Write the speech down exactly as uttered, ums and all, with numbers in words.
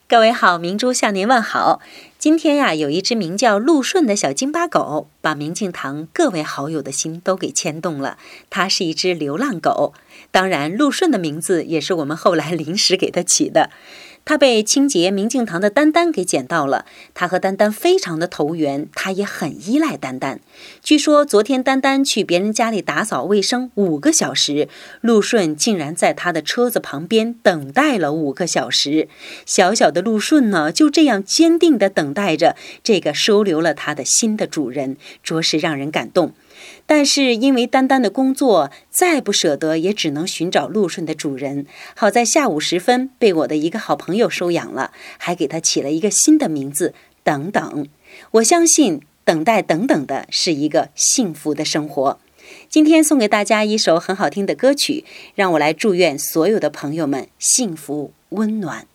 各位好，明珠向您问好。今天呀，有一只名叫陆顺的小京巴狗，把明镜堂各位好友的心都给牵动了。它是一只流浪狗，当然，陆顺的名字也是我们后来临时给它起的。它被清洁明镜堂的丹丹给捡到了，它和丹丹非常的投缘，它也很依赖丹丹。据说昨天丹丹去别人家里打扫卫生五个小时，陆顺竟然在他的车子旁边等待了五个小时。小小的陆顺呢，就这样坚定地等待着这个收留了他的新的主人，着实让人感动。但是因为丹丹的工作，再不舍得也只能寻找陆顺的主人。好在下午时分被我的一个好朋友收养了，还给他起了一个新的名字等等。我相信等待等等的是一个幸福的生活。今天送给大家一首很好听的歌曲，让我来祝愿所有的朋友们幸福温暖。